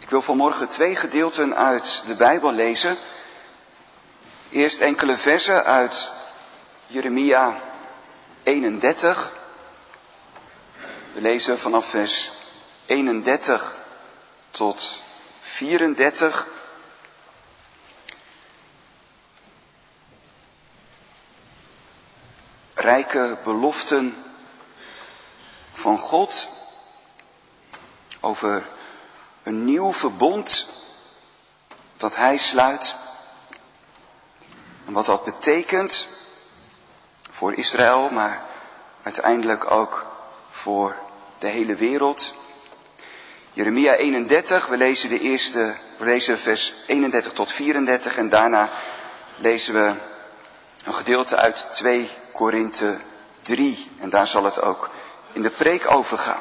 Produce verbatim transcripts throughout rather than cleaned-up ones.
Ik wil vanmorgen twee gedeelten uit de Bijbel lezen. Eerst enkele versen uit Jeremia eenendertig. We lezen vanaf vers eenendertig tot vierendertig. Rijke beloften van God over een nieuw verbond dat Hij sluit. En wat dat betekent voor Israël, maar uiteindelijk ook voor de hele wereld. Jeremia eenendertig, we lezen de eerste, we lezen vers eenendertig tot vierendertig en daarna lezen we een gedeelte uit twee Korinthe drie. En daar zal het ook in de preek over gaan.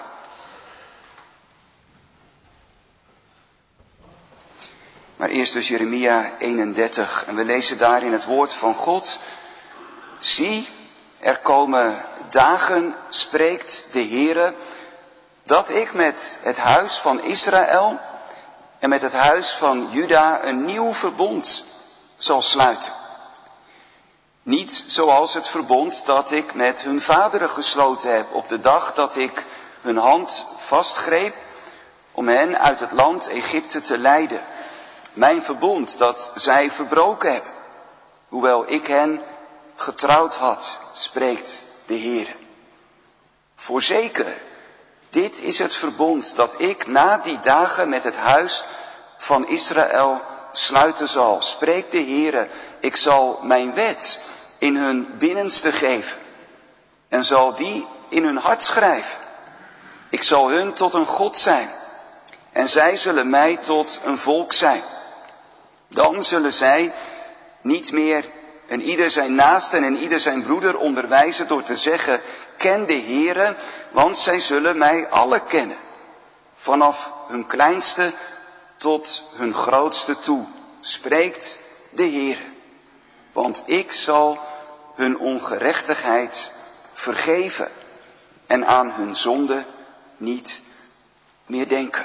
Maar eerst dus Jeremia eenendertig. En we lezen daar in het woord van God. Zie, er komen dagen, spreekt de Heere, dat ik met het huis van Israël en met het huis van Juda een nieuw verbond zal sluiten. Niet zoals het verbond dat ik met hun vaderen gesloten heb op de dag dat ik hun hand vastgreep om hen uit het land Egypte te leiden. Mijn verbond dat zij verbroken hebben, hoewel ik hen getrouwd had, spreekt de Heer. Voorzeker, dit is het verbond dat ik na die dagen met het huis van Israël sluiten zal, spreekt de Heer. Ik zal mijn wet in hun binnenste geven en zal die in hun hart schrijven. Ik zal hun tot een God zijn en zij zullen mij tot een volk zijn. Dan zullen zij niet meer en ieder zijn naaste en ieder zijn broeder onderwijzen door te zeggen, ken de Heere, want zij zullen mij alle kennen. Vanaf hun kleinste tot hun grootste toe, spreekt de Heere. Want ik zal hun ongerechtigheid vergeven en aan hun zonde niet meer denken.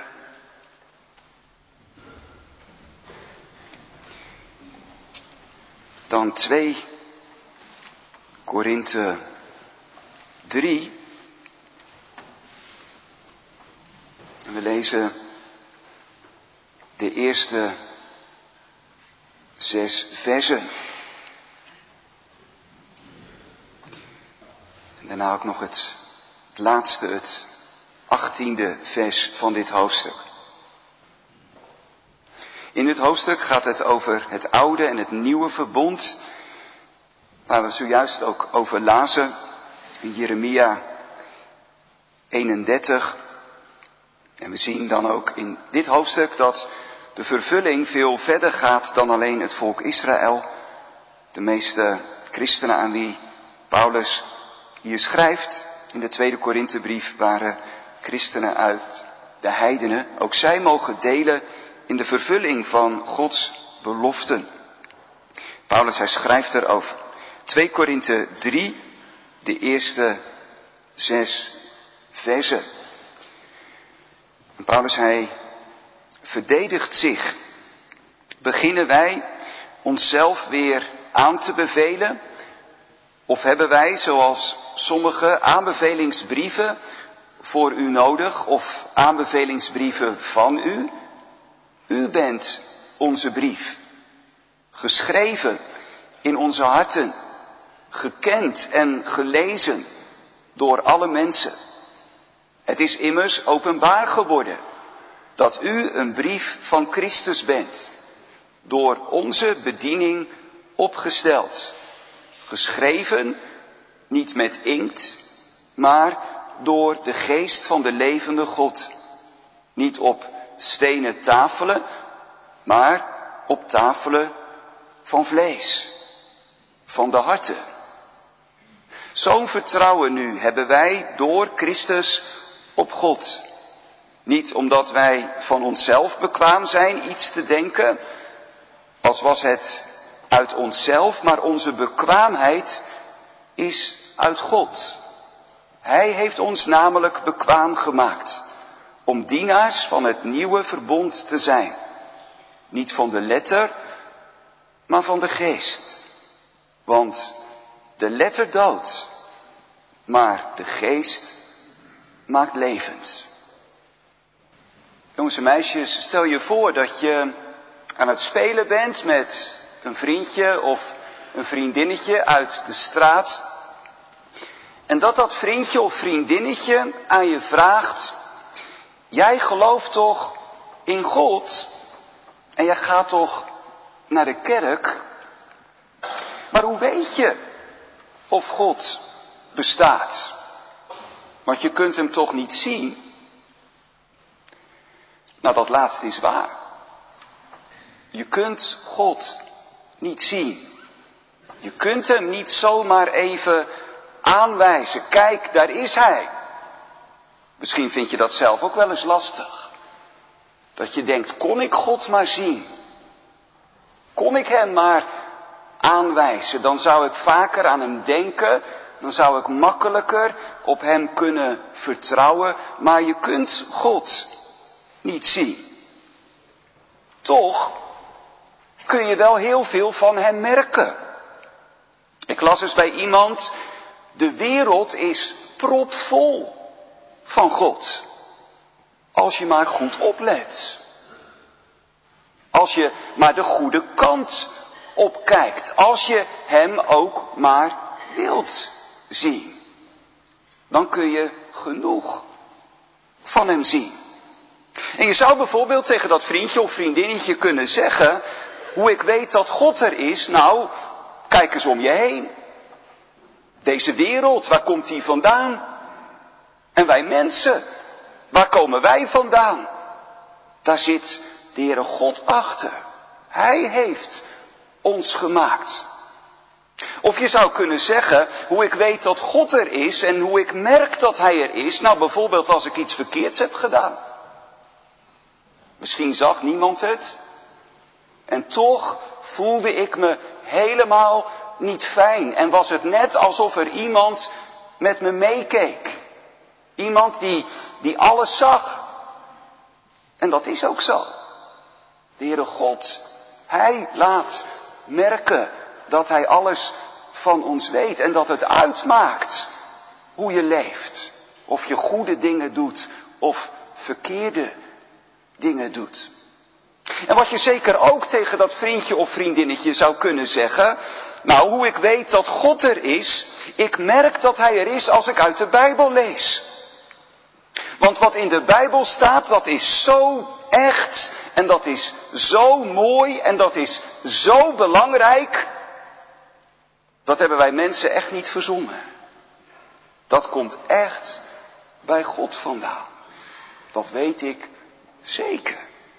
Dan twee Korinthe drie. En we lezen de eerste zes versen. En daarna ook nog het, het laatste, het achttiende vers van dit hoofdstuk. In dit hoofdstuk gaat het over het oude en het nieuwe verbond, waar we zojuist ook over lazen in Jeremia eenendertig. En we zien dan ook in dit hoofdstuk dat de vervulling veel verder gaat dan alleen het volk Israël. De meeste christenen aan wie Paulus hier schrijft in de tweede Korinthebrief waren christenen uit de heidenen. Ook zij mogen delen in de vervulling van Gods beloften. Paulus, hij schrijft erover. twee Korinthe drie, de eerste zes versen. En Paulus, hij verdedigt zich. Beginnen wij onszelf weer aan te bevelen? Of hebben wij, zoals sommige, aanbevelingsbrieven voor u nodig of aanbevelingsbrieven van u? U bent onze brief, geschreven in onze harten, gekend en gelezen door alle mensen. Het is immers openbaar geworden dat u een brief van Christus bent, door onze bediening opgesteld, geschreven niet met inkt, maar door de geest van de levende God, niet op stenen tafelen, maar op tafelen van vlees, van de harten. Zo'n vertrouwen nu hebben wij door Christus op God. Niet omdat wij van onszelf bekwaam zijn iets te denken, als was het uit onszelf, maar onze bekwaamheid is uit God. Hij heeft ons namelijk bekwaam gemaakt om dienaars van het nieuwe verbond te zijn. Niet van de letter, maar van de geest. Want de letter doodt, maar de geest maakt levend. Jongens en meisjes, stel je voor dat je aan het spelen bent met een vriendje of een vriendinnetje uit de straat. En dat dat vriendje of vriendinnetje aan je vraagt: jij gelooft toch in God? En jij gaat toch naar de kerk? Maar hoe weet je of God bestaat? Want je kunt hem toch niet zien? Nou, dat laatste is waar. Je kunt God niet zien. Je kunt hem niet zomaar even aanwijzen. Kijk, daar is hij. Misschien vind je dat zelf ook wel eens lastig. Dat je denkt, kon ik God maar zien? Kon ik hem maar aanwijzen? Dan zou ik vaker aan hem denken. Dan zou ik makkelijker op hem kunnen vertrouwen. Maar je kunt God niet zien. Toch kun je wel heel veel van hem merken. Ik las eens bij iemand: de wereld is propvol van God. Als je maar goed oplet. Als je maar de goede kant opkijkt. Als je hem ook maar wilt zien. Dan kun je genoeg van hem zien. En je zou bijvoorbeeld tegen dat vriendje of vriendinnetje kunnen zeggen: hoe ik weet dat God er is? Nou, kijk eens om je heen. Deze wereld, waar komt die vandaan? En wij mensen, waar komen wij vandaan? Daar zit de Heere God achter. Hij heeft ons gemaakt. Of je zou kunnen zeggen, hoe ik weet dat God er is en hoe ik merk dat hij er is. Nou, bijvoorbeeld als ik iets verkeerds heb gedaan. Misschien zag niemand het. En toch voelde ik me helemaal niet fijn. En was het net alsof er iemand met me meekeek. Iemand die, die alles zag. En dat is ook zo. De Heere God, hij laat merken dat hij alles van ons weet. En dat het uitmaakt hoe je leeft. Of je goede dingen doet of verkeerde dingen doet. En wat je zeker ook tegen dat vriendje of vriendinnetje zou kunnen zeggen: nou, hoe ik weet dat God er is, ik merk dat hij er is als ik uit de Bijbel lees. Want wat in de Bijbel staat, dat is zo echt en dat is zo mooi en dat is zo belangrijk. Dat hebben wij mensen echt niet verzonnen. Dat komt echt bij God vandaan. Dat weet ik zeker.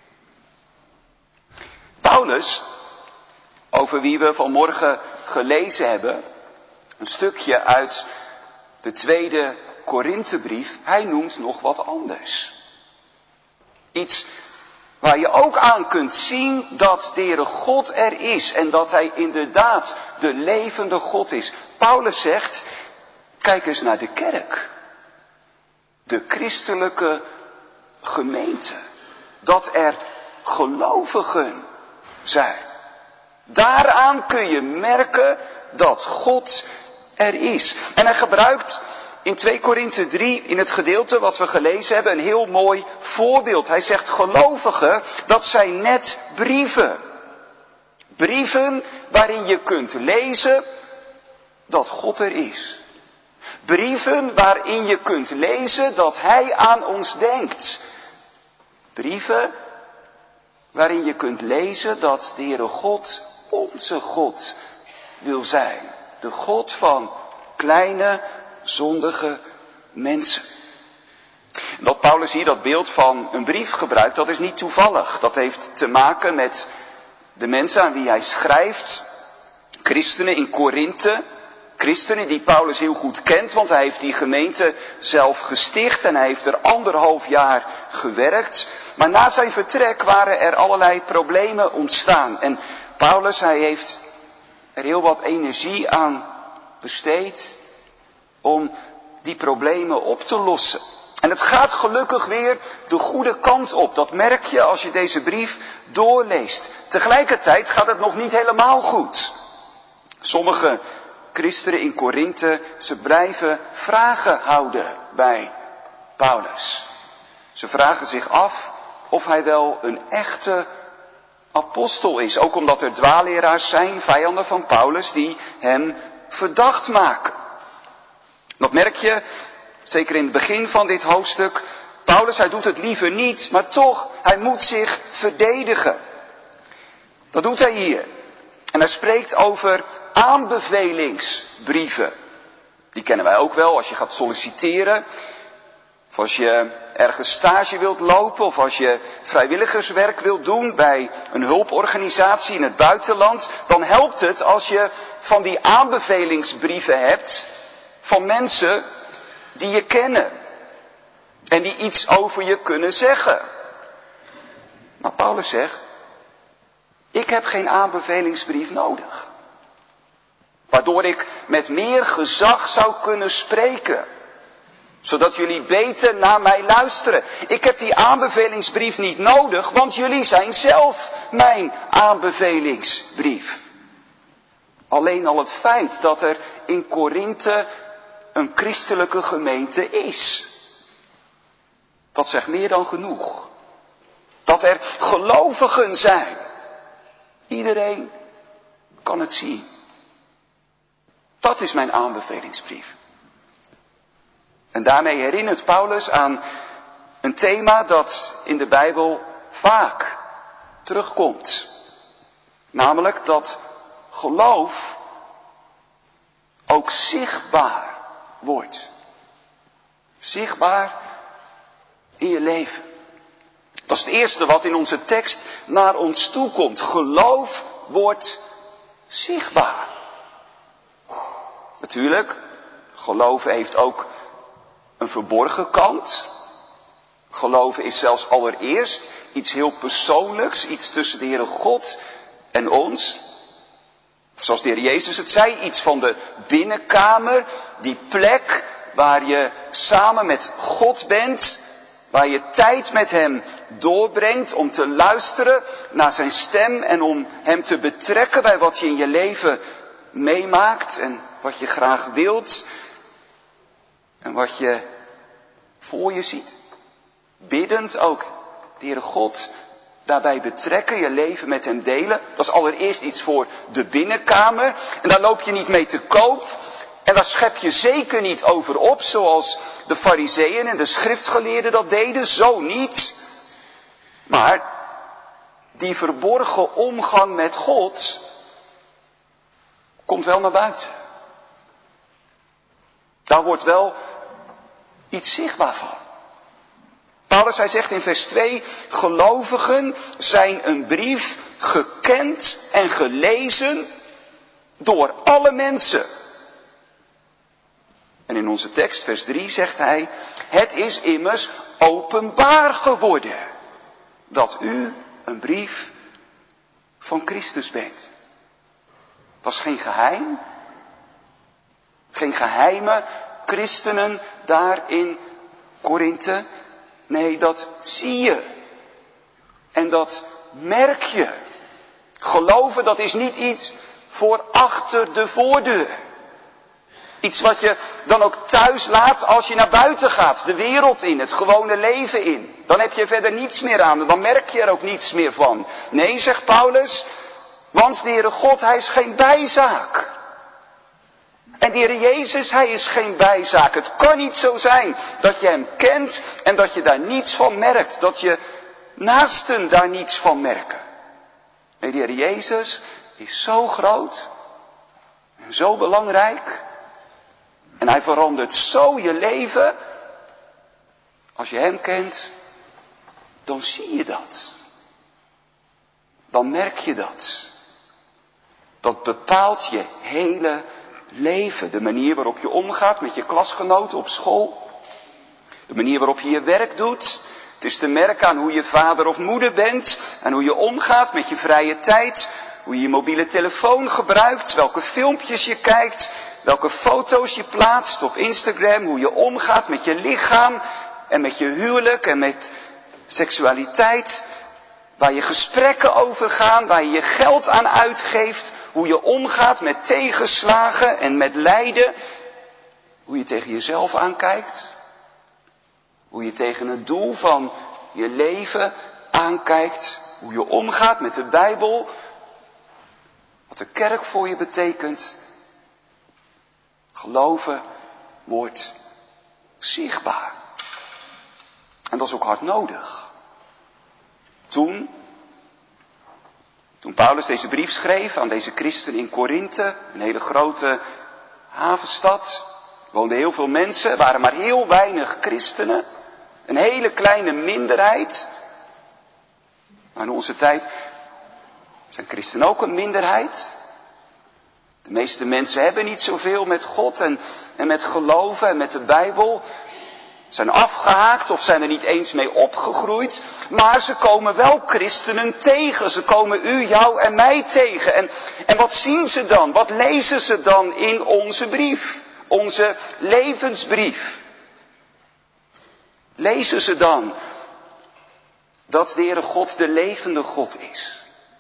Paulus, over wie we vanmorgen gelezen hebben, een stukje uit de tweede Korinthebrief, hij noemt nog wat anders. Iets waar je ook aan kunt zien dat de Heere God er is en dat hij inderdaad de levende God is. Paulus zegt, kijk eens naar de kerk. De christelijke gemeente. Dat er gelovigen zijn. Daaraan kun je merken dat God er is. En hij gebruikt in twee Korinthe drie, in het gedeelte wat we gelezen hebben, een heel mooi voorbeeld. Hij zegt, gelovigen, dat zijn net brieven. Brieven waarin je kunt lezen dat God er is. Brieven waarin je kunt lezen dat hij aan ons denkt. Brieven waarin je kunt lezen dat de Heere God onze God wil zijn. De God van kleine, zondige mensen. En dat Paulus hier dat beeld van een brief gebruikt, dat is niet toevallig. Dat heeft te maken met de mensen aan wie hij schrijft. Christenen in Korinthe. Christenen die Paulus heel goed kent, want hij heeft die gemeente zelf gesticht en hij heeft er anderhalf jaar gewerkt. Maar na zijn vertrek waren er allerlei problemen ontstaan. En Paulus, hij heeft er heel wat energie aan besteed om die problemen op te lossen. En het gaat gelukkig weer de goede kant op. Dat merk je als je deze brief doorleest. Tegelijkertijd gaat het nog niet helemaal goed. Sommige christenen in Korinthe, ze blijven vragen houden bij Paulus. Ze vragen zich af of hij wel een echte apostel is. Ook omdat er dwaalleraars zijn, vijanden van Paulus, die hem verdacht maken. Dat merk je, zeker in het begin van dit hoofdstuk. Paulus, hij doet het liever niet, maar toch, hij moet zich verdedigen. Dat doet hij hier. En hij spreekt over aanbevelingsbrieven. Die kennen wij ook wel als je gaat solliciteren. Of als je ergens stage wilt lopen. Of als je vrijwilligerswerk wilt doen bij een hulporganisatie in het buitenland. Dan helpt het als je van die aanbevelingsbrieven hebt van mensen die je kennen. En die iets over je kunnen zeggen. Maar Paulus zegt, ik heb geen aanbevelingsbrief nodig. Waardoor ik met meer gezag zou kunnen spreken. Zodat jullie beter naar mij luisteren. Ik heb die aanbevelingsbrief niet nodig, want jullie zijn zelf mijn aanbevelingsbrief. Alleen al het feit dat er in Korinthe een christelijke gemeente is. Dat zegt meer dan genoeg. Dat er gelovigen zijn. Iedereen kan het zien. Dat is mijn aanbevelingsbrief. En daarmee herinnert Paulus aan een thema dat in de Bijbel vaak terugkomt. Namelijk dat geloof ook zichtbaar wordt. Zichtbaar in je leven. Dat is het eerste wat in onze tekst naar ons toe komt. Geloof wordt zichtbaar. Natuurlijk, geloven heeft ook een verborgen kant. Geloven is zelfs allereerst iets heel persoonlijks, iets tussen de Heere God en ons. Zoals de Heer Jezus het zei, iets van de binnenkamer, die plek waar je samen met God bent, waar je tijd met Hem doorbrengt om te luisteren naar zijn stem en om Hem te betrekken bij wat je in je leven meemaakt en wat je graag wilt en wat je voor je ziet. Biddend ook de Heere God daarbij betrekken, je leven met Hem delen. Dat is allereerst iets voor de binnenkamer. En daar loop je niet mee te koop. En daar schep je zeker niet over op, zoals de Farizeeën en de schriftgeleerden dat deden. Zo niet. Maar die verborgen omgang met God komt wel naar buiten. Daar wordt wel iets zichtbaar van. Paulus, hij zegt in vers twee, gelovigen zijn een brief gekend en gelezen door alle mensen. En in onze tekst, vers drie, zegt hij, het is immers openbaar geworden dat u een brief van Christus bent. Dat is geen geheim. Geen geheime christenen daar in Korinthe. Nee, dat zie je. En dat merk je. Geloven, dat is niet iets voor achter de voordeur. Iets wat je dan ook thuis laat als je naar buiten gaat. De wereld in, het gewone leven in. Dan heb je verder niets meer aan. Dan merk je er ook niets meer van. Nee, zegt Paulus. Want de Heere God, hij is geen bijzaak. En de Heer Jezus, hij is geen bijzaak. Het kan niet zo zijn dat je hem kent en dat je daar niets van merkt. Dat je naasten daar niets van merken. Nee, de Heer Jezus is zo groot en zo belangrijk. En hij verandert zo je leven. Als je hem kent, dan zie je dat. Dan merk je dat. Dat bepaalt je hele leven. De manier waarop je omgaat met je klasgenoten op school. De manier waarop je je werk doet. Het is te merken aan hoe je vader of moeder bent. En hoe je omgaat met je vrije tijd. Hoe je je mobiele telefoon gebruikt. Welke filmpjes je kijkt. Welke foto's je plaatst op Instagram. Hoe je omgaat met je lichaam. en met je huwelijk en met seksualiteit. Waar je gesprekken over gaan, waar je je geld aan uitgeeft. Hoe je omgaat met tegenslagen en met lijden. Hoe je tegen jezelf aankijkt. Hoe je tegen het doel van je leven aankijkt. Hoe je omgaat met de Bijbel. Wat de kerk voor je betekent. Geloven wordt zichtbaar. En dat is ook hard nodig. Toen, toen Paulus deze brief schreef aan deze christen in Korinthe, een hele grote havenstad, woonden heel veel mensen, er waren maar heel weinig christenen, een hele kleine minderheid. Maar in onze tijd zijn christenen ook een minderheid. De meeste mensen hebben niet zoveel met God en, en met geloven en met de Bijbel. Zijn afgehaakt of zijn er niet eens mee opgegroeid. Maar ze komen wel christenen tegen. Ze komen u, jou en mij tegen. En, en wat zien ze dan? Wat lezen ze dan in onze brief? Onze levensbrief. Lezen ze dan dat de Heere God de levende God is?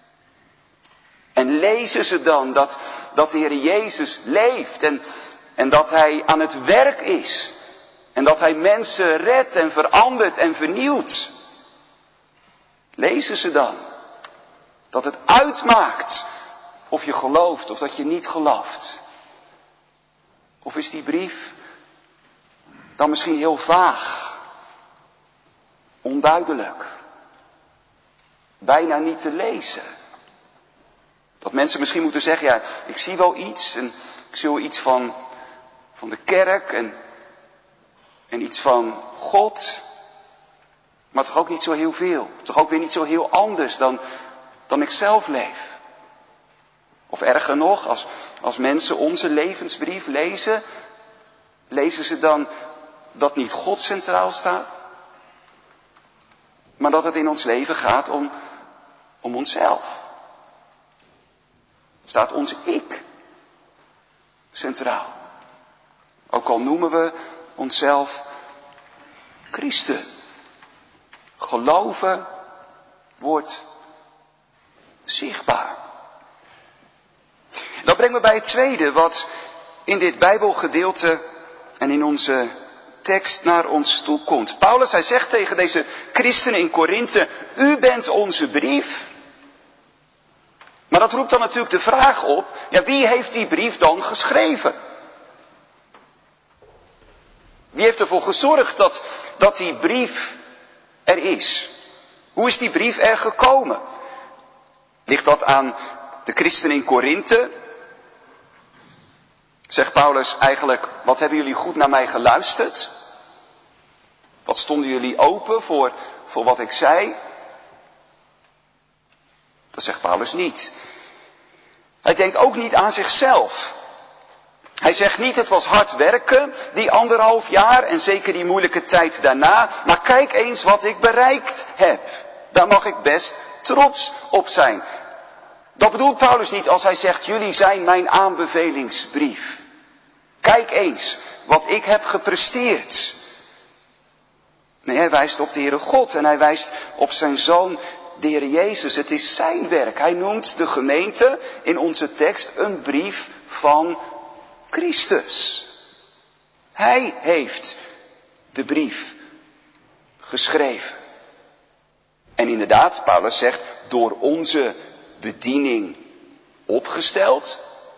En lezen ze dan dat, dat de Heer Jezus leeft en, en dat Hij aan het werk is? En dat Hij mensen redt en verandert en vernieuwt? Lezen ze dan dat het uitmaakt of je gelooft of dat je niet gelooft? Of is die brief dan misschien heel vaag, onduidelijk, bijna niet te lezen? Dat mensen misschien moeten zeggen, ja, ik zie wel iets en ik zie wel iets van, van de kerk en, en iets van God. Maar toch ook niet zo heel veel. Toch ook weer niet zo heel anders dan, dan ik zelf leef. Of erger nog, als, als mensen onze levensbrief lezen, lezen ze dan dat niet God centraal staat? Maar dat het in ons leven gaat om, om onszelf. Staat ons ik centraal. Ook al noemen we onszelf christen. Geloven wordt zichtbaar. Dat brengt me bij het tweede wat in dit Bijbelgedeelte en in onze tekst naar ons toe komt. Paulus, hij zegt tegen deze christenen in Korinthe, u bent onze brief. Maar dat roept dan natuurlijk de vraag op, ja, wie heeft die brief dan geschreven? Wie heeft ervoor gezorgd dat, dat die brief er is? Hoe is die brief er gekomen? Ligt dat aan de christenen in Korinthe? Zegt Paulus eigenlijk, wat hebben jullie goed naar mij geluisterd? Wat stonden jullie open voor, voor wat ik zei? Dat zegt Paulus niet. Hij denkt ook niet aan zichzelf. Hij zegt niet, het was hard werken, die anderhalf jaar en zeker die moeilijke tijd daarna. Maar kijk eens wat ik bereikt heb. Daar mag ik best trots op zijn. Dat bedoelt Paulus niet als hij zegt, jullie zijn mijn aanbevelingsbrief. Kijk eens wat ik heb gepresteerd. Nee, hij wijst op de Heere God en hij wijst op zijn Zoon, de Heer Jezus. Het is zijn werk. Hij noemt de gemeente in onze tekst een brief van Christus. Hij heeft de brief geschreven. En inderdaad, Paulus zegt, door onze bediening opgesteld.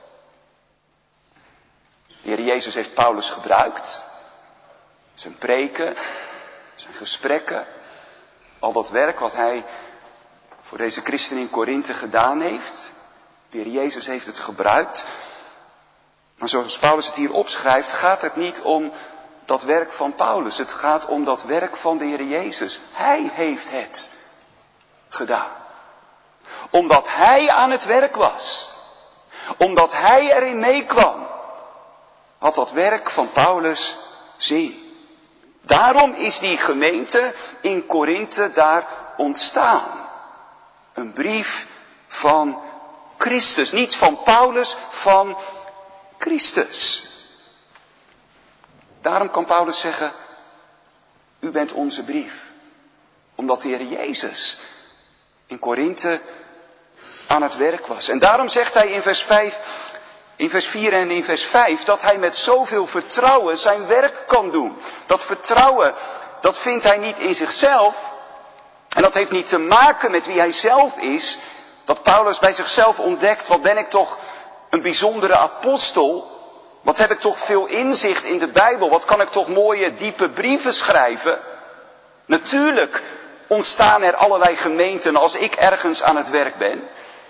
De Heer Jezus heeft Paulus gebruikt. Zijn preken, zijn gesprekken, al dat werk wat hij voor deze christenen in Korinthe gedaan heeft. De Heer Jezus heeft het gebruikt. Maar zoals Paulus het hier opschrijft, gaat het niet om dat werk van Paulus. Het gaat om dat werk van de Heer Jezus. Hij heeft het gedaan. Omdat hij aan het werk was. Omdat hij erin meekwam. Had dat werk van Paulus zin. Daarom is die gemeente in Korinthe daar ontstaan. Een brief van Christus. Niet van Paulus, van Christus. Daarom kan Paulus zeggen, U bent onze brief. Omdat de Heer Jezus in Korinthe aan het werk was. En daarom zegt hij in vers vijf, in vers vier en in vers vijf, dat hij met zoveel vertrouwen zijn werk kan doen. Dat vertrouwen, dat vindt hij niet in zichzelf. En dat heeft niet te maken met wie hij zelf is. Dat Paulus bij zichzelf ontdekt, wat ben ik toch een bijzondere apostel. Wat heb ik toch veel inzicht in de Bijbel. Wat kan ik toch mooie, diepe brieven schrijven. Natuurlijk ontstaan er allerlei gemeenten als ik ergens aan het werk ben.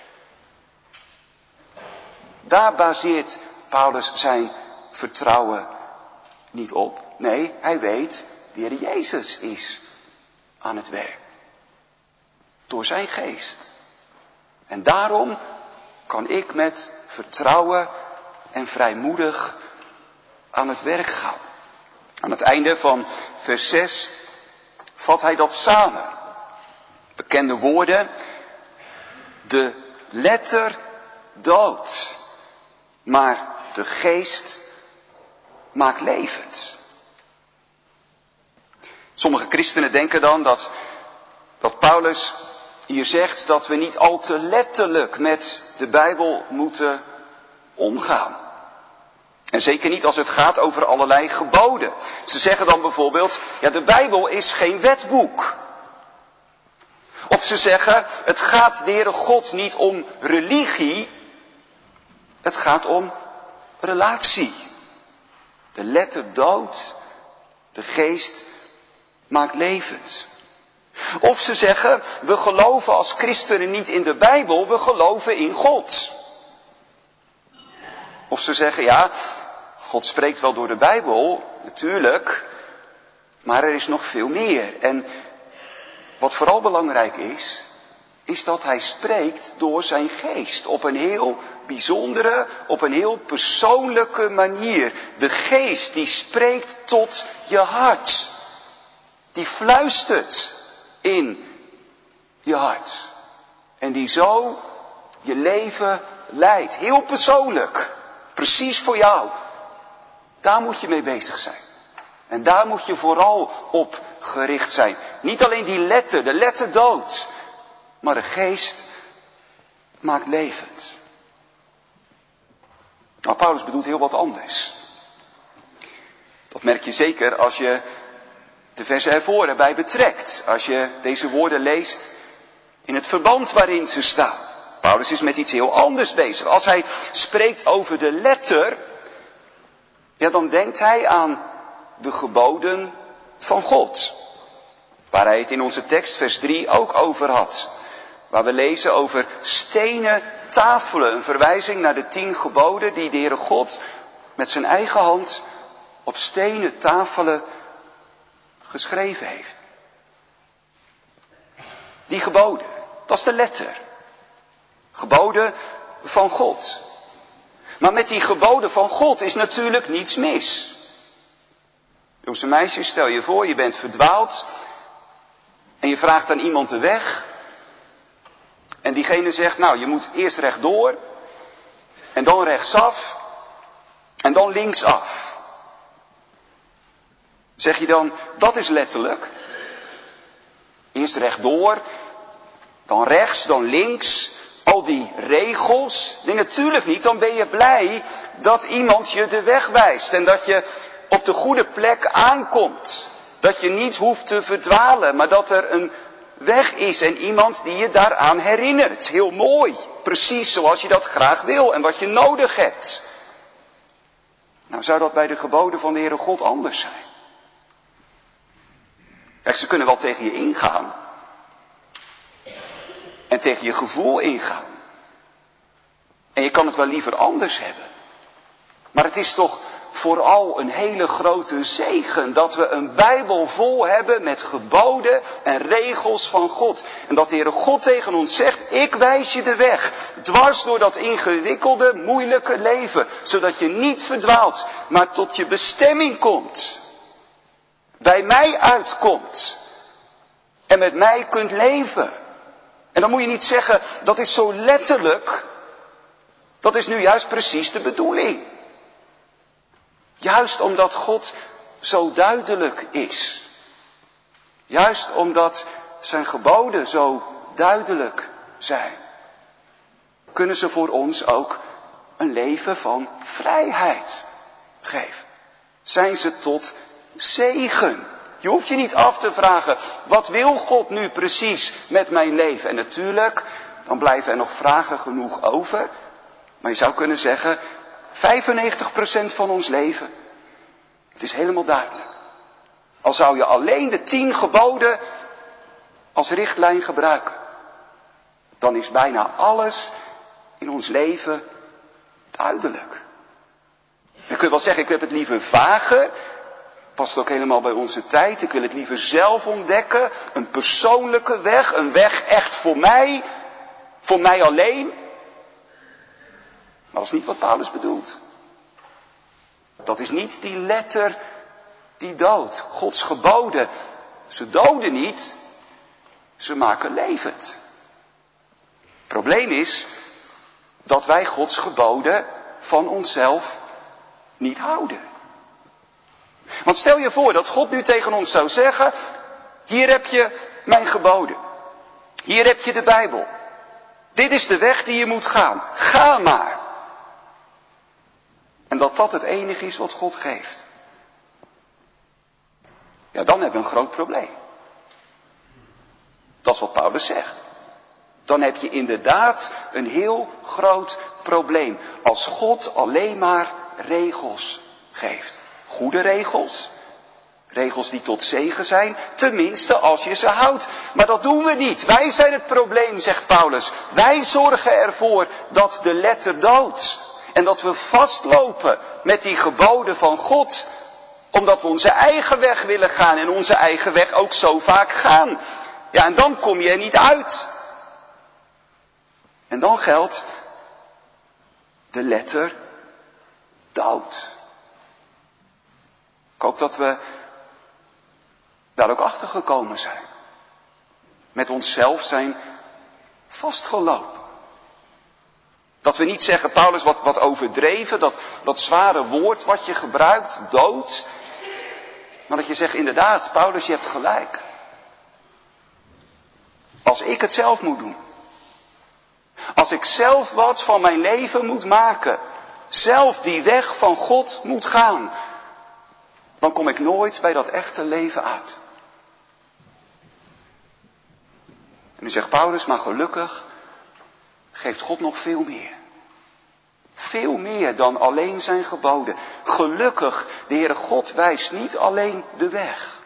Daar baseert Paulus zijn vertrouwen niet op. Nee, hij weet, de Heer Jezus is aan het werk. Door zijn geest. En daarom kan ik met vertrouwen en vrijmoedig aan het werk gaan. Aan het einde van vers zes vat hij dat samen. Bekende woorden. De letter doodt, maar de geest maakt levend. Sommige christenen denken dan dat, dat Paulus hier zegt dat we niet al te letterlijk met de Bijbel moeten omgaan. En zeker niet als het gaat over allerlei geboden. Ze zeggen dan bijvoorbeeld, ja, de Bijbel is geen wetboek. Of ze zeggen, het gaat de Heere God niet om religie, het gaat om relatie. De letter doodt, de geest maakt levend. Of ze zeggen, we geloven als christenen niet in de Bijbel, we geloven in God. Of ze zeggen, ja, God spreekt wel door de Bijbel, natuurlijk, maar er is nog veel meer. En wat vooral belangrijk is, is dat hij spreekt door zijn geest. Op een heel bijzondere, op een heel persoonlijke manier. De geest die spreekt tot je hart. Die fluistert in je hart. En die zo je leven leidt. Heel persoonlijk. Precies voor jou. Daar moet je mee bezig zijn. En daar moet je vooral op gericht zijn. Niet alleen die letter, de letter doodt. Maar de geest maakt levend. Nou, Paulus bedoelt heel wat anders. Dat merk je zeker als je de versen ervoor erbij betrekt. Als je deze woorden leest in het verband waarin ze staan. Paulus is met iets heel anders bezig. Als hij spreekt over de letter, ja, dan denkt hij aan de geboden van God. Waar hij het in onze tekst, vers drie, ook over had. Waar we lezen over stenen tafelen. Een verwijzing naar de tien geboden die de Heere God met zijn eigen hand op stenen tafelen geschreven heeft. Die geboden, dat is de letter. Geboden van God. Maar met die geboden van God is natuurlijk niets mis. Jongens en meisjes, stel je voor, je bent verdwaald. En je vraagt aan iemand de weg. En diegene zegt, nou, je moet eerst rechtdoor. En dan rechtsaf. En dan linksaf. Zeg je dan, dat is letterlijk. Eerst rechtdoor. Dan rechts, dan links. Al die regels. Nee, natuurlijk niet. Dan ben je blij dat iemand je de weg wijst. En dat je op de goede plek aankomt. Dat je niet hoeft te verdwalen. Maar dat er een weg is en iemand die je daaraan herinnert. Heel mooi. Precies zoals je dat graag wil en wat je nodig hebt. Nou, zou dat bij de geboden van de Heere God anders zijn? Kijk, ze kunnen wel tegen je ingaan. En tegen je gevoel ingaan. En je kan het wel liever anders hebben. Maar het is toch vooral een hele grote zegen dat we een Bijbel vol hebben met geboden en regels van God. En dat de Heere God tegen ons zegt, ik wijs je de weg. Dwars door dat ingewikkelde, moeilijke leven. Zodat je niet verdwaalt, maar tot je bestemming komt. Bij mij uitkomt. En met mij kunt leven. En dan moet je niet zeggen, dat is zo letterlijk. Dat is nu juist precies de bedoeling. Juist omdat God zo duidelijk is. Juist omdat zijn geboden zo duidelijk zijn, kunnen ze voor ons ook een leven van vrijheid geven. Zijn ze tot zegen. Je hoeft je niet af te vragen, wat wil God nu precies met mijn leven? En natuurlijk, dan blijven er nog vragen genoeg over. Maar je zou kunnen zeggen, vijfennegentig procent van ons leven, het is helemaal duidelijk. Al zou je alleen de tien geboden als richtlijn gebruiken, dan is bijna alles in ons leven duidelijk. Je kunt wel zeggen, ik heb het liever vager. Past ook helemaal bij onze tijd. Ik wil het liever zelf ontdekken. Een persoonlijke weg. Een weg echt voor mij. Voor mij alleen. Maar dat is niet wat Paulus bedoelt. Dat is niet die letter die doodt. Gods geboden. Ze doden niet. Ze maken levend. Het probleem is dat wij Gods geboden van onszelf niet houden. Want stel je voor dat God nu tegen ons zou zeggen, hier heb je mijn geboden. Hier heb je de Bijbel. Dit is de weg die je moet gaan. Ga maar. En dat dat het enige is wat God geeft. Ja, dan hebben we een groot probleem. Dat is wat Paulus zegt. Dan heb je inderdaad een heel groot probleem. Als God alleen maar regels geeft. Goede regels. Regels die tot zegen zijn. Tenminste als je ze houdt. Maar dat doen we niet. Wij zijn het probleem, zegt Paulus. Wij zorgen ervoor dat de letter doodt. En dat we vastlopen met die geboden van God. Omdat we onze eigen weg willen gaan. En onze eigen weg ook zo vaak gaan. Ja, en dan kom je er niet uit. En dan geldt de letter dood. Ik hoop dat we daar ook achter gekomen zijn. Met onszelf zijn vastgelopen. Dat we niet zeggen, Paulus, wat, wat overdreven, dat, dat zware woord wat je gebruikt, dood. Maar dat je zegt, inderdaad, Paulus, je hebt gelijk. Als ik het zelf moet doen. Als ik zelf wat van mijn leven moet maken. Zelf die weg van God moet gaan. Dan kom ik nooit bij dat echte leven uit. En nu zegt Paulus, maar gelukkig geeft God nog veel meer. Veel meer dan alleen zijn geboden. Gelukkig, de Heere God wijst niet alleen de weg.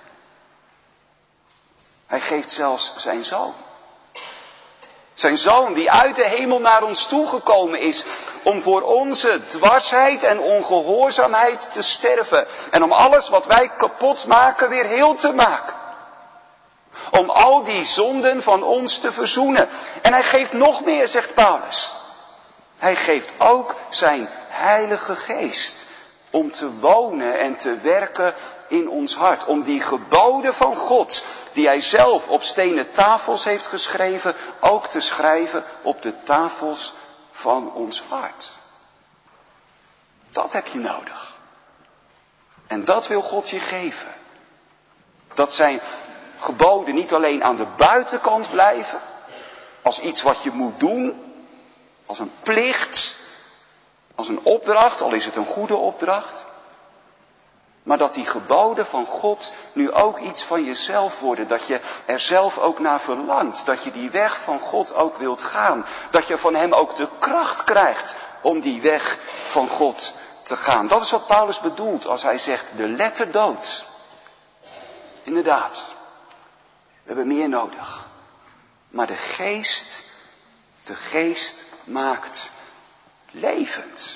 Hij geeft zelfs zijn zoon. Zijn zoon die uit de hemel naar ons toegekomen is. Om voor onze dwarsheid en ongehoorzaamheid te sterven. En om alles wat wij kapot maken weer heel te maken. Om al die zonden van ons te verzoenen. En hij geeft nog meer, zegt Paulus. Hij geeft ook zijn Heilige Geest. Om te wonen en te werken in ons hart. Om die geboden van God, die hij zelf op stenen tafels heeft geschreven, ook te schrijven op de tafels van ons hart. Dat heb je nodig. En dat wil God je geven. Dat zijn geboden niet alleen aan de buitenkant blijven, als iets wat je moet doen, als een plicht, als een opdracht, al is het een goede opdracht. Maar dat die geboden van God nu ook iets van jezelf worden. Dat je er zelf ook naar verlangt. Dat je die weg van God ook wilt gaan. Dat je van hem ook de kracht krijgt om die weg van God te gaan. Dat is wat Paulus bedoelt als hij zegt de letter dood. Inderdaad, we hebben meer nodig. Maar de geest, de geest maakt levend.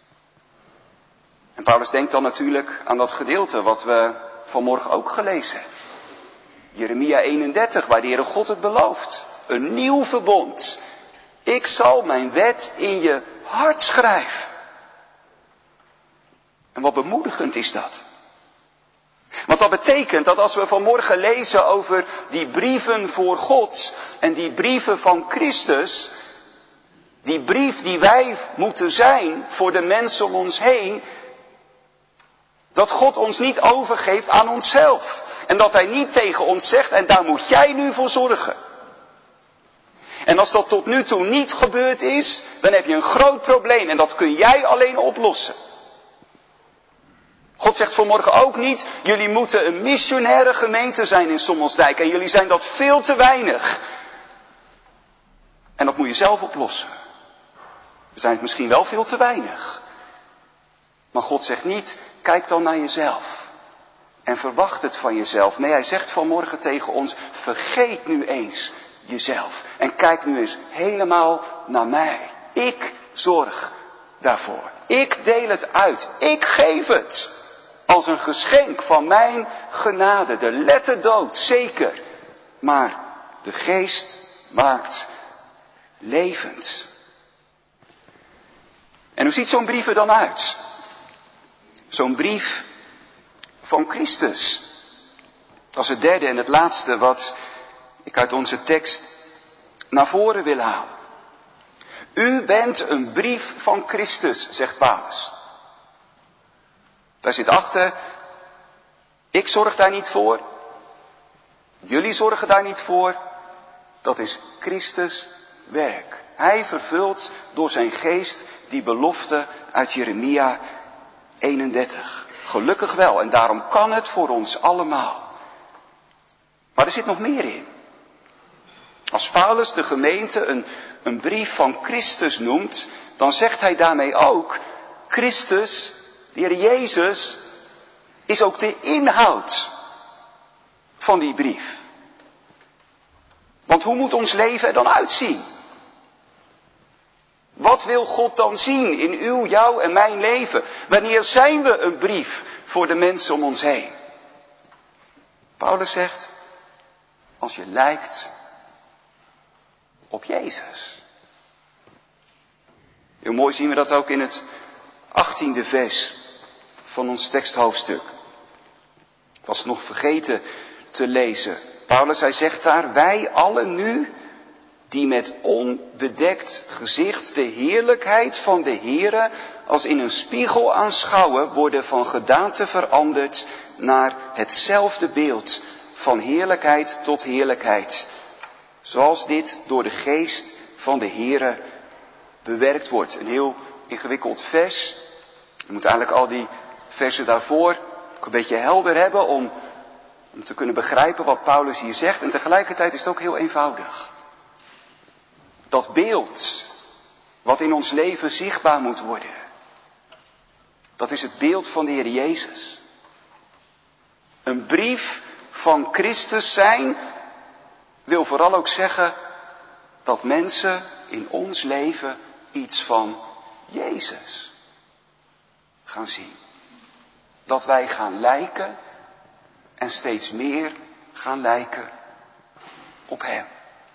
En Paulus denkt dan natuurlijk aan dat gedeelte wat we vanmorgen ook gelezen hebben. Jeremia eenendertig, waar de Heere God het belooft. Een nieuw verbond. Ik zal mijn wet in je hart schrijven. En wat bemoedigend is dat. Want dat betekent dat als we vanmorgen lezen over die brieven voor God en die brieven van Christus, die brief die wij moeten zijn voor de mensen om ons heen, dat God ons niet overgeeft aan onszelf. En dat hij niet tegen ons zegt, en daar moet jij nu voor zorgen. En als dat tot nu toe niet gebeurd is, dan heb je een groot probleem en dat kun jij alleen oplossen. God zegt vanmorgen ook niet, jullie moeten een missionaire gemeente zijn in Sommelsdijk en jullie zijn dat veel te weinig. En dat moet je zelf oplossen. We zijn het misschien wel veel te weinig. Maar God zegt niet, kijk dan naar jezelf. En verwacht het van jezelf. Nee, hij zegt vanmorgen tegen ons, vergeet nu eens jezelf. En kijk nu eens helemaal naar mij. Ik zorg daarvoor. Ik deel het uit. Ik geef het. Als een geschenk van mijn genade. De letter dood, zeker. Maar de geest maakt levend. En hoe ziet zo'n brief er dan uit? Zo'n brief van Christus. Dat is het derde en het laatste wat ik uit onze tekst naar voren wil halen. U bent een brief van Christus, zegt Paulus. Daar zit achter, ik zorg daar niet voor. Jullie zorgen daar niet voor. Dat is Christus' werk. Hij vervult door zijn geest die belofte uit Jeremia eenendertig. Gelukkig wel, en daarom kan het voor ons allemaal. Maar er zit nog meer in. Als Paulus de gemeente een, een brief van Christus noemt, dan zegt hij daarmee ook, Christus, de Heer Jezus, is ook de inhoud van die brief. Want hoe moet ons leven er dan uitzien? Wat wil God dan zien in uw, jouw en mijn leven? Wanneer zijn we een brief voor de mensen om ons heen? Paulus zegt, als je lijkt op Jezus. Heel mooi zien we dat ook in het achttiende vers van ons teksthoofdstuk. Ik was nog vergeten te lezen. Paulus, hij zegt daar, wij allen nu, die met onbedekt gezicht de heerlijkheid van de Heere als in een spiegel aanschouwen, worden van gedaante veranderd naar hetzelfde beeld, van heerlijkheid tot heerlijkheid. Zoals dit door de geest van de Heere bewerkt wordt. Een heel ingewikkeld vers. Je moet eigenlijk al die versen daarvoor ook een beetje helder hebben om, om te kunnen begrijpen wat Paulus hier zegt. En tegelijkertijd is het ook heel eenvoudig. Dat beeld wat in ons leven zichtbaar moet worden. Dat is het beeld van de Heer Jezus. Een brief van Christus zijn wil vooral ook zeggen dat mensen in ons leven iets van Jezus gaan zien. Dat wij gaan lijken en steeds meer gaan lijken op Hem.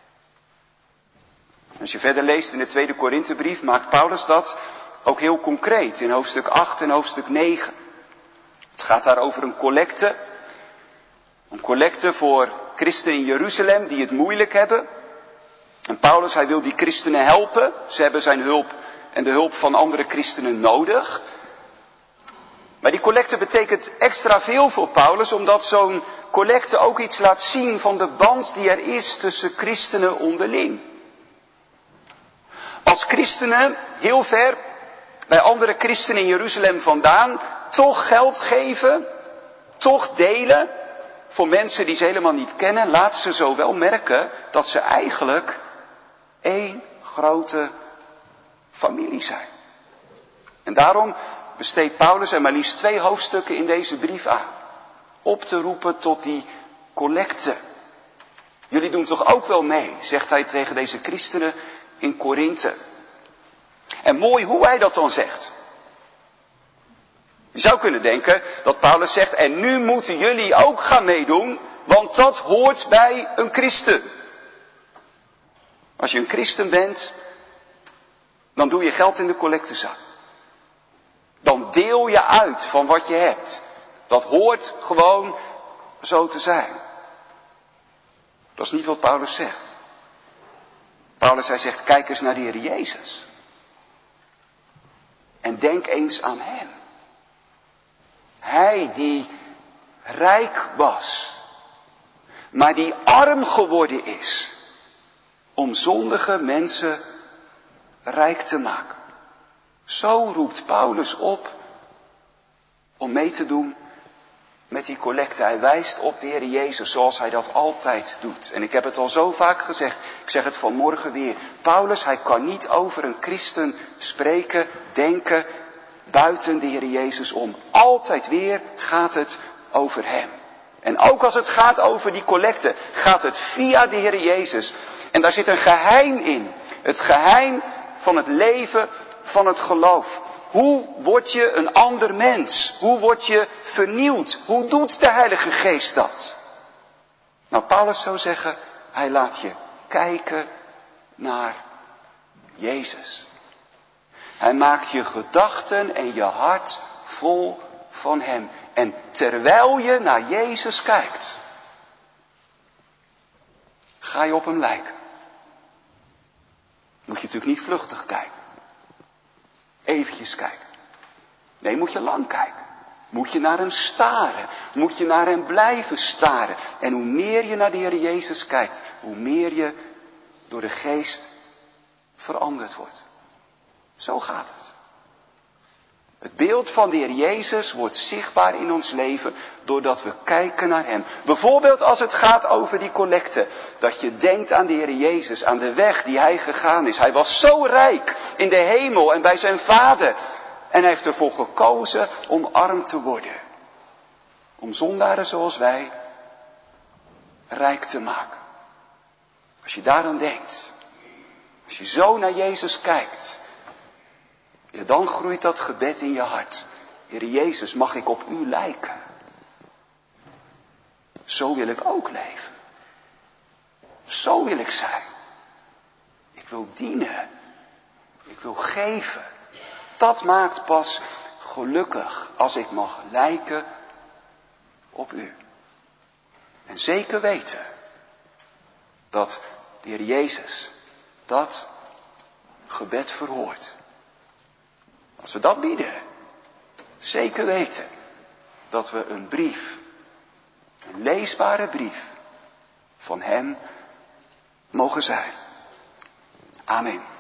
Als je verder leest in de tweede Korinthebrief maakt Paulus dat ook heel concreet in hoofdstuk acht en hoofdstuk negen. Het gaat daar over een collecte. Een collecte voor christenen in Jeruzalem die het moeilijk hebben. En Paulus, hij wil die christenen helpen. Ze hebben zijn hulp en de hulp van andere christenen nodig. Maar die collecte betekent extra veel voor Paulus, omdat zo'n collecte ook iets laat zien van de band die er is tussen christenen onderling. Als christenen heel ver bij andere christenen in Jeruzalem vandaan toch geld geven, toch delen voor mensen die ze helemaal niet kennen, laat ze zo wel merken dat ze eigenlijk één grote familie zijn. En daarom besteedt Paulus er maar liefst twee hoofdstukken in deze brief aan. Op te roepen tot die collecte. Jullie doen toch ook wel mee, zegt hij tegen deze christenen in Korinthe. En mooi hoe hij dat dan zegt. Je zou kunnen denken dat Paulus zegt, en nu moeten jullie ook gaan meedoen, want dat hoort bij een christen. Als je een christen bent, dan doe je geld in de collectezak. Dan deel je uit van wat je hebt. Dat hoort gewoon zo te zijn. Dat is niet wat Paulus zegt. Paulus, hij zegt, kijk eens naar de Heer Jezus. En denk eens aan Hem. Hij die rijk was maar die arm geworden is om zondige mensen rijk te maken. Zo roept Paulus op om mee te doen met die collecte. Hij wijst op de Heer Jezus zoals hij dat altijd doet. En ik heb het al zo vaak gezegd, ik zeg het vanmorgen weer. Paulus, hij kan niet over een christen spreken, denken, buiten de Heer Jezus om. Altijd weer gaat het over hem. En ook als het gaat over die collecte, gaat het via de Heer Jezus. En daar zit een geheim in. Het geheim van het leven van het geloof. Hoe word je een ander mens? Hoe word je vernieuwd? Hoe doet de Heilige Geest dat? Nou, Paulus zou zeggen, hij laat je kijken naar Jezus. Hij maakt je gedachten en je hart vol van hem. En terwijl je naar Jezus kijkt, ga je op hem lijken. Moet je natuurlijk niet vluchtig kijken. Eventjes kijken. Nee, moet je lang kijken. Moet je naar hem staren. Moet je naar hem blijven staren. En hoe meer je naar de Heer Jezus kijkt, hoe meer je door de Geest veranderd wordt. Zo gaat het. Het beeld van de Heer Jezus wordt zichtbaar in ons leven doordat we kijken naar hem. Bijvoorbeeld als het gaat over die collecte. Dat je denkt aan de Heer Jezus, aan de weg die hij gegaan is. Hij was zo rijk in de hemel en bij zijn Vader. En hij heeft ervoor gekozen om arm te worden. Om zondaren zoals wij rijk te maken. Als je daaraan denkt. Als je zo naar Jezus kijkt. Ja, dan groeit dat gebed in je hart. Heer Jezus, mag ik op u lijken? Zo wil ik ook leven. Zo wil ik zijn. Ik wil dienen. Ik wil geven. Dat maakt pas gelukkig als ik mag lijken op u. En zeker weten dat de Heer Jezus dat gebed verhoort. Als we dat bieden, zeker weten dat we een brief, een leesbare brief van hem mogen zijn. Amen.